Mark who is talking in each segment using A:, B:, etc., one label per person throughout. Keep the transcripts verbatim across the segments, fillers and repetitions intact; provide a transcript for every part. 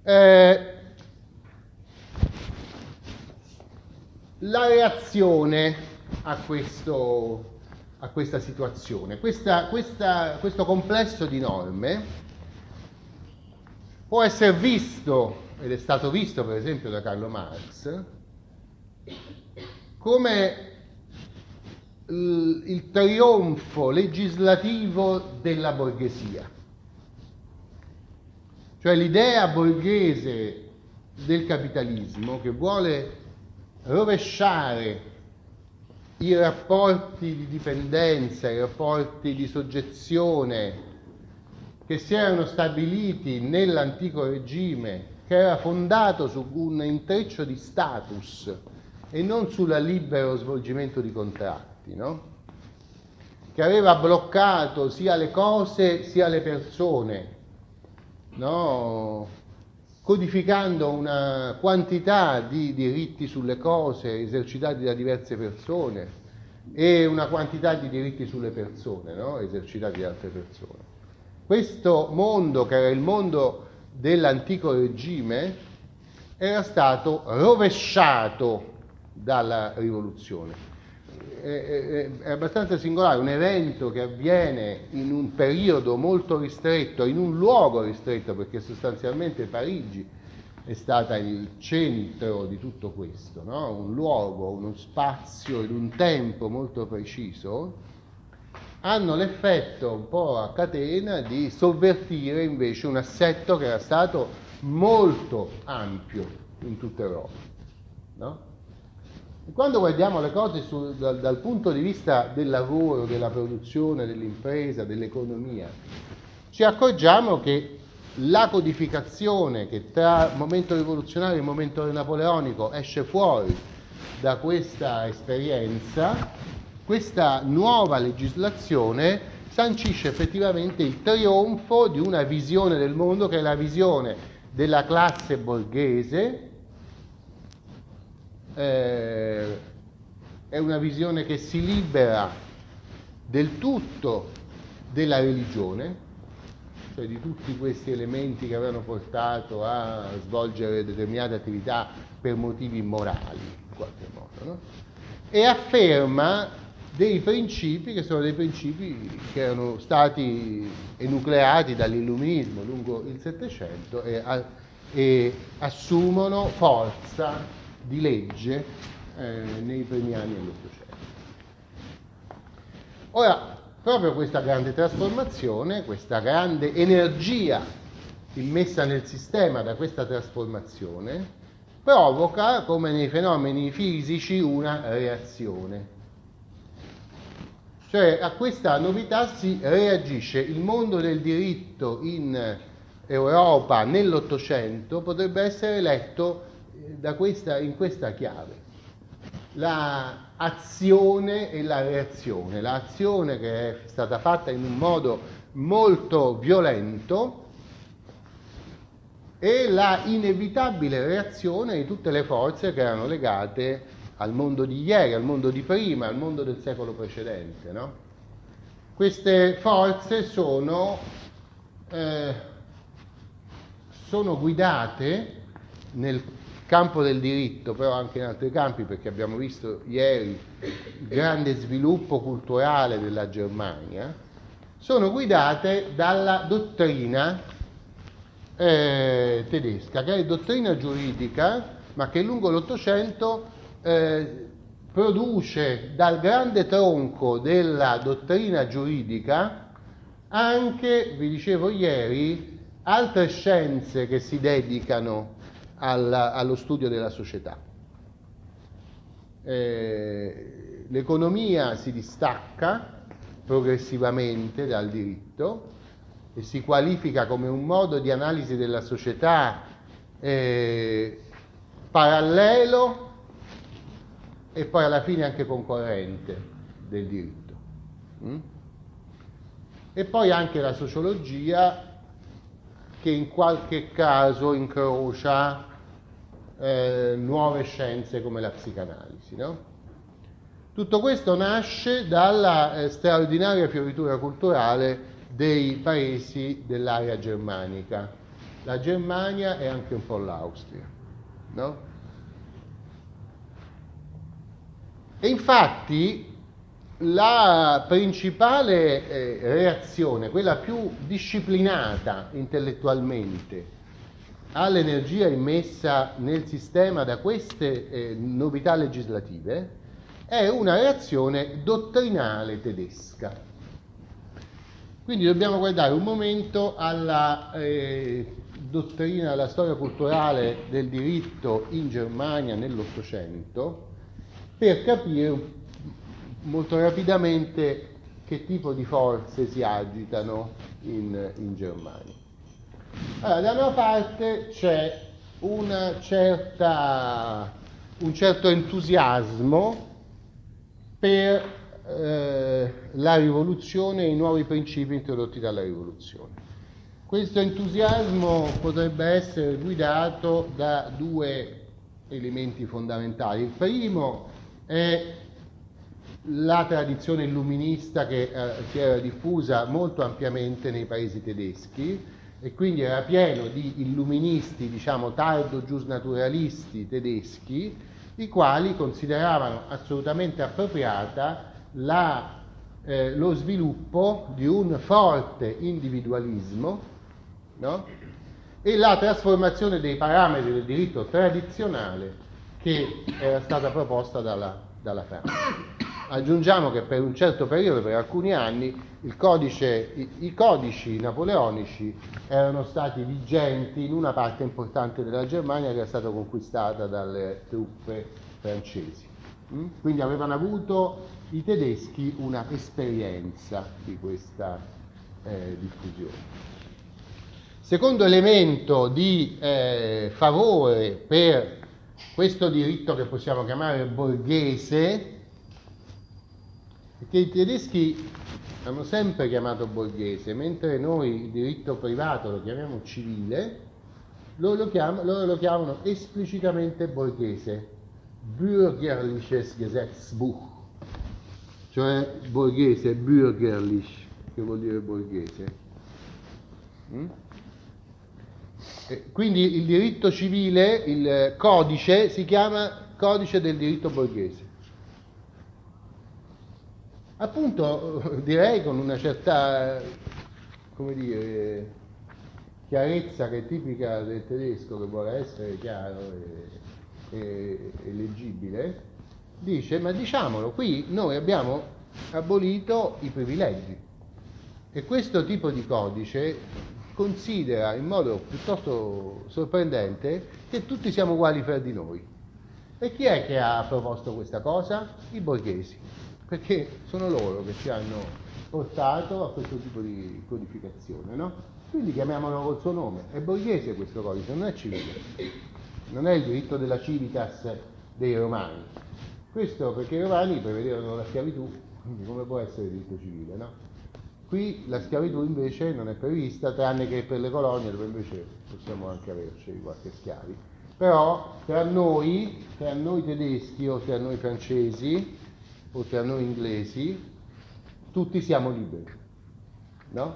A: Eh, la reazione a, questo, a questa situazione, questa, questa, questo complesso di norme può essere visto, ed è stato visto per esempio da Karl Marx, come il, il trionfo legislativo della borghesia. Cioè l'idea borghese del capitalismo che vuole rovesciare i rapporti di dipendenza, i rapporti di soggezione che si erano stabiliti nell'antico regime, che era fondato su un intreccio di status e non sul libero svolgimento di contratti, no? Che aveva bloccato sia le cose sia le persone, no? Codificando una quantità di diritti sulle cose esercitati da diverse persone e una quantità di diritti sulle persone, no? Esercitati da altre persone. Questo mondo, che era il mondo dell'antico regime, era stato rovesciato dalla rivoluzione. È, è, è abbastanza singolare, un evento che avviene in un periodo molto ristretto, in un luogo ristretto, perché sostanzialmente Parigi è stata il centro di tutto questo, no? Un luogo, uno spazio ed un tempo molto preciso, hanno l'effetto un po' a catena di sovvertire invece un assetto che era stato molto ampio in tutta Europa, no? E quando guardiamo le cose su, dal, dal punto di vista del lavoro, della produzione, dell'impresa, dell'economia, ci accorgiamo che la codificazione che tra il momento rivoluzionario e il momento napoleonico esce fuori da questa esperienza, questa nuova legislazione sancisce effettivamente il trionfo di una visione del mondo che è la visione della classe borghese. Eh, è una visione che si libera del tutto della religione, cioè di tutti questi elementi che avevano portato a svolgere determinate attività per motivi morali, in qualche modo, no? E afferma dei principi che sono dei principi che erano stati enucleati dall'illuminismo lungo il Settecento e, a, e assumono forza di legge eh, nei primi anni dell'Ottocento. Ora, proprio questa grande trasformazione, questa grande energia immessa nel sistema da questa trasformazione, provoca, come nei fenomeni fisici, una reazione. Cioè a questa novità si reagisce. Il mondo del diritto in Europa nell'Ottocento potrebbe essere letto da questa, in questa chiave: la azione e la reazione, l'azione che è stata fatta in un modo molto violento e la inevitabile reazione di tutte le forze che erano legate al mondo di ieri, al mondo di prima, al mondo del secolo precedente, no? Queste forze sono, eh, sono guidate nel campo del diritto, però anche in altri campi, perché abbiamo visto ieri il grande sviluppo culturale della Germania, sono guidate dalla dottrina eh, tedesca, che è dottrina giuridica, ma che lungo l'Ottocento eh, produce dal grande tronco della dottrina giuridica anche, vi dicevo ieri, altre scienze che si dedicano Alla, allo studio della società. Eh, l'economia si distacca progressivamente dal diritto e si qualifica come un modo di analisi della società eh, parallelo e poi alla fine anche concorrente del diritto. Mm? E poi anche la sociologia, che in qualche caso incrocia eh, nuove scienze come la psicanalisi, no? Tutto questo nasce dalla eh, straordinaria fioritura culturale dei paesi dell'area germanica, la Germania e anche un po' l'Austria, no? E infatti la principale eh, reazione, quella più disciplinata intellettualmente all'energia immessa nel sistema da queste eh, novità legislative, è una reazione dottrinale tedesca. Quindi dobbiamo guardare un momento alla eh, dottrina, alla storia culturale del diritto in Germania nell'Ottocento, per capire molto rapidamente che tipo di forze si agitano in, in Germania. Allora, da una parte c'è una certa, un certo entusiasmo per eh, la rivoluzione e i nuovi principi introdotti dalla rivoluzione. Questo entusiasmo potrebbe essere guidato da due elementi fondamentali. Il primo è la tradizione illuminista che eh, si era diffusa molto ampiamente nei paesi tedeschi, e quindi era pieno di illuministi, diciamo, tardo giusnaturalisti tedeschi, i quali consideravano assolutamente appropriata la, eh, lo sviluppo di un forte individualismo, no? E la trasformazione dei parametri del diritto tradizionale che era stata proposta dalla, dalla Francia. Aggiungiamo che per un certo periodo, per alcuni anni, il codice, i, i codici napoleonici erano stati vigenti in una parte importante della Germania che era stata conquistata dalle truppe francesi. Mm? Quindi avevano avuto i tedeschi una esperienza di questa eh, diffusione. Secondo elemento di eh, favore per questo diritto che possiamo chiamare borghese, che i tedeschi hanno sempre chiamato borghese, mentre noi il diritto privato lo chiamiamo civile, loro lo chiamano, loro lo chiamano esplicitamente borghese, bürgerliches Gesetzbuch, cioè borghese, bürgerlich, che vuol dire borghese. Mm? E quindi il diritto civile, il codice, si chiama codice del diritto borghese. Appunto, direi con una certa, come dire, chiarezza che è tipica del tedesco, che vuole essere chiaro e, e, e leggibile, dice, ma diciamolo, qui noi abbiamo abolito i privilegi e questo tipo di codice considera in modo piuttosto sorprendente che tutti siamo uguali fra di noi. E chi è che ha proposto questa cosa? I borghesi, perché sono loro che ci hanno portato a questo tipo di codificazione, no? Quindi chiamiamolo col suo nome, è borghese questo codice, non è civile, non è il diritto della civitas dei romani. Questo perché i romani prevedevano la schiavitù, quindi come può essere diritto civile, no? Qui la schiavitù invece non è prevista, tranne che per le colonie, dove invece possiamo anche averci qualche schiavi. Però tra noi, tra noi tedeschi o tra noi francesi o tra noi inglesi, tutti siamo liberi, no?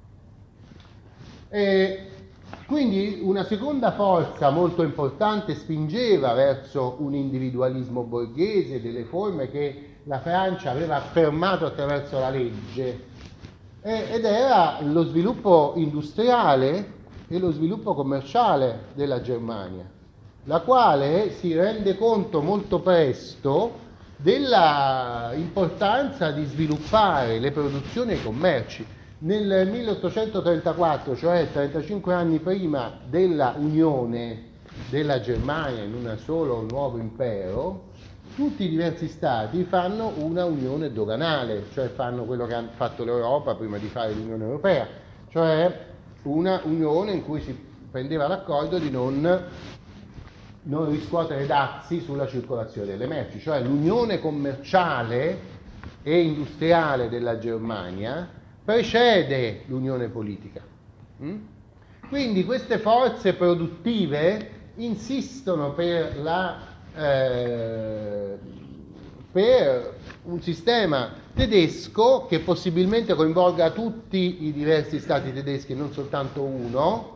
A: E quindi una seconda forza molto importante spingeva verso un individualismo borghese, delle forme che la Francia aveva affermato attraverso la legge, ed era lo sviluppo industriale e lo sviluppo commerciale della Germania, la quale si rende conto molto presto della importanza di sviluppare le produzioni e i commerci. Nel milleottocentotrentaquattro, cioè trentacinque anni prima della unione della Germania in un solo nuovo impero, tutti i diversi stati fanno una unione doganale, cioè fanno quello che ha fatto l'Europa prima di fare l'Unione Europea, cioè una unione in cui si prendeva l'accordo di non, non riscuotere dazi sulla circolazione delle merci, cioè l'unione commerciale e industriale della Germania precede l'unione politica. Quindi queste forze produttive insistono per la Eh, per un sistema tedesco che possibilmente coinvolga tutti i diversi stati tedeschi, non soltanto uno,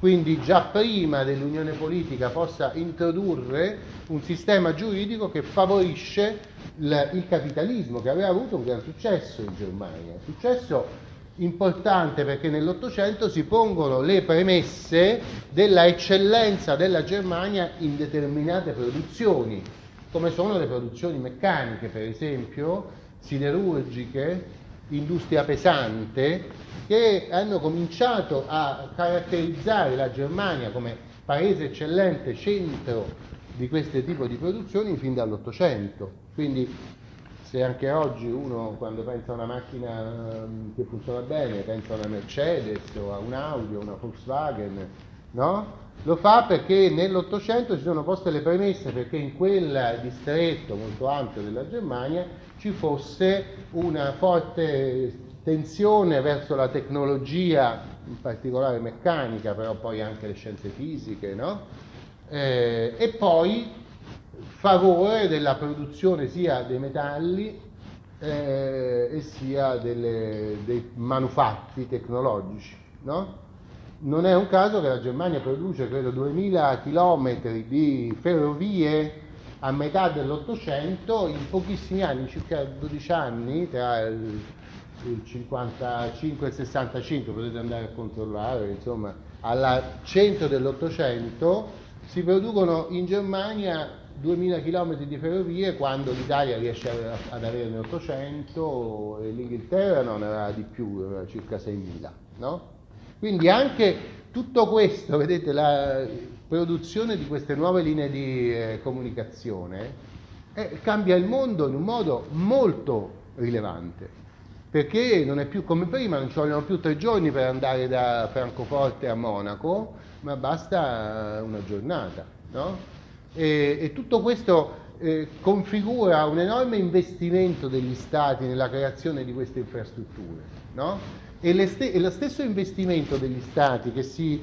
A: quindi già prima dell'unione politica possa introdurre un sistema giuridico che favorisce il, il capitalismo, che aveva avuto un gran successo in Germania. Successo importante perché nell'Ottocento si pongono le premesse della eccellenza della Germania in determinate produzioni, come sono le produzioni meccaniche, per esempio, siderurgiche, industria pesante, che hanno cominciato a caratterizzare la Germania come paese eccellente, centro di questo tipo di produzioni fin dall'Ottocento. Quindi se anche oggi uno, quando pensa a una macchina che funziona bene, pensa a una Mercedes o a un Audi o una Volkswagen, no? Lo fa perché nell'Ottocento si sono poste le premesse perché in quel distretto molto ampio della Germania ci fosse una forte tensione verso la tecnologia, in particolare meccanica, però poi anche le scienze fisiche, no? Eh, e poi favore della produzione sia dei metalli eh, e sia delle, dei manufatti tecnologici, no? Non è un caso che la Germania produce, credo, duemila chilometri di ferrovie a metà dell'Ottocento, in pochissimi anni, circa dodici anni, tra il, il cinquantacinque e il sessantacinque, potete andare a controllare, insomma, al centro dell'Ottocento si producono in Germania duemila chilometri di ferrovie, quando l'Italia riesce a, ad averne ottocento e l'Inghilterra non aveva di più, aveva circa seimila, no? Quindi anche tutto questo, vedete, la produzione di queste nuove linee di eh, comunicazione eh, cambia il mondo in un modo molto rilevante, perché non è più come prima, non ci vogliono più tre giorni per andare da Francoforte a Monaco, ma basta una giornata, no? E, e tutto questo eh, configura un enorme investimento degli Stati nella creazione di queste infrastrutture, no? E, le st- e lo stesso investimento degli Stati che si,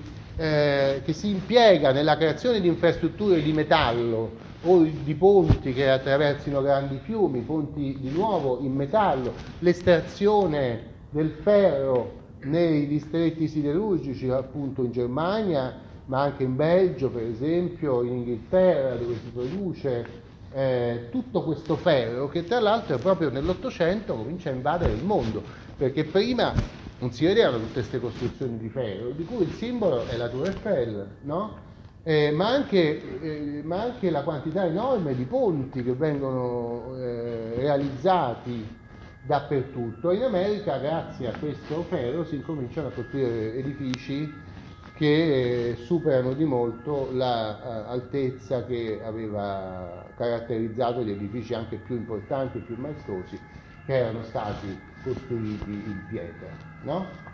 A: eh, che si impiega nella creazione di infrastrutture di metallo o di ponti che attraversino grandi fiumi, ponti di nuovo in metallo, l'estrazione del ferro nei distretti siderurgici, appunto in Germania, ma anche in Belgio, per esempio, in Inghilterra, dove si produce eh, tutto questo ferro, che tra l'altro proprio nell'Ottocento comincia a invadere il mondo, perché prima non si vedevano tutte queste costruzioni di ferro, di cui il simbolo è la Tour Eiffel, no? Eh, ma, anche, eh, ma anche la quantità enorme di ponti che vengono eh, realizzati dappertutto. In America, grazie a questo ferro, si incominciano a costruire edifici che eh, superano di molto l'altezza la, uh, che aveva caratterizzato gli edifici anche più importanti e più maestosi che erano stati costruiti in pietra, no?